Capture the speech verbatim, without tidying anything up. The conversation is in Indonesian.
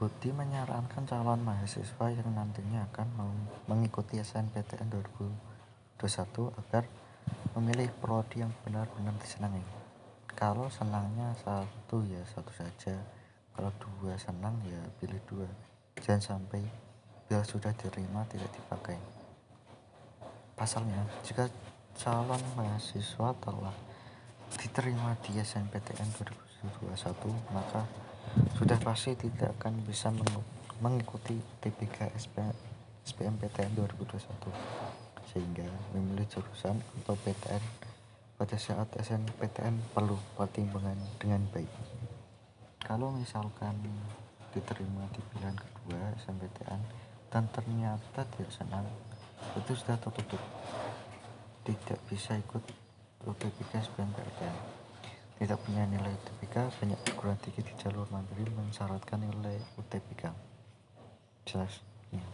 Budi menyarankan calon mahasiswa yang nantinya akan mengikuti S N P T N dua ribu dua puluh satu agar memilih prodi yang benar-benar disenangi. Kalau senangnya satu ya satu saja, kalau dua senang ya pilih dua, jangan sampai bila sudah diterima tidak dipakai. Pasalnya, jika calon mahasiswa telah diterima di S N P T N dua ribu dua puluh satu, maka sudah pasti tidak akan bisa mengikuti U T B K S P M P T N dua ribu dua puluh satu, sehingga memilih jurusan atau P T N pada saat S N P T N perlu pertimbangan dengan baik. Kalau misalkan diterima di pilihan kedua S N P T N dan ternyata tidak senang, itu sudah tertutup, tidak bisa ikut U T B K S B M P T N, tidak punya nilai U T B K. Banyak perguruan tinggi di jalur mandiri mensyaratkan nilai U T B K. Jelas?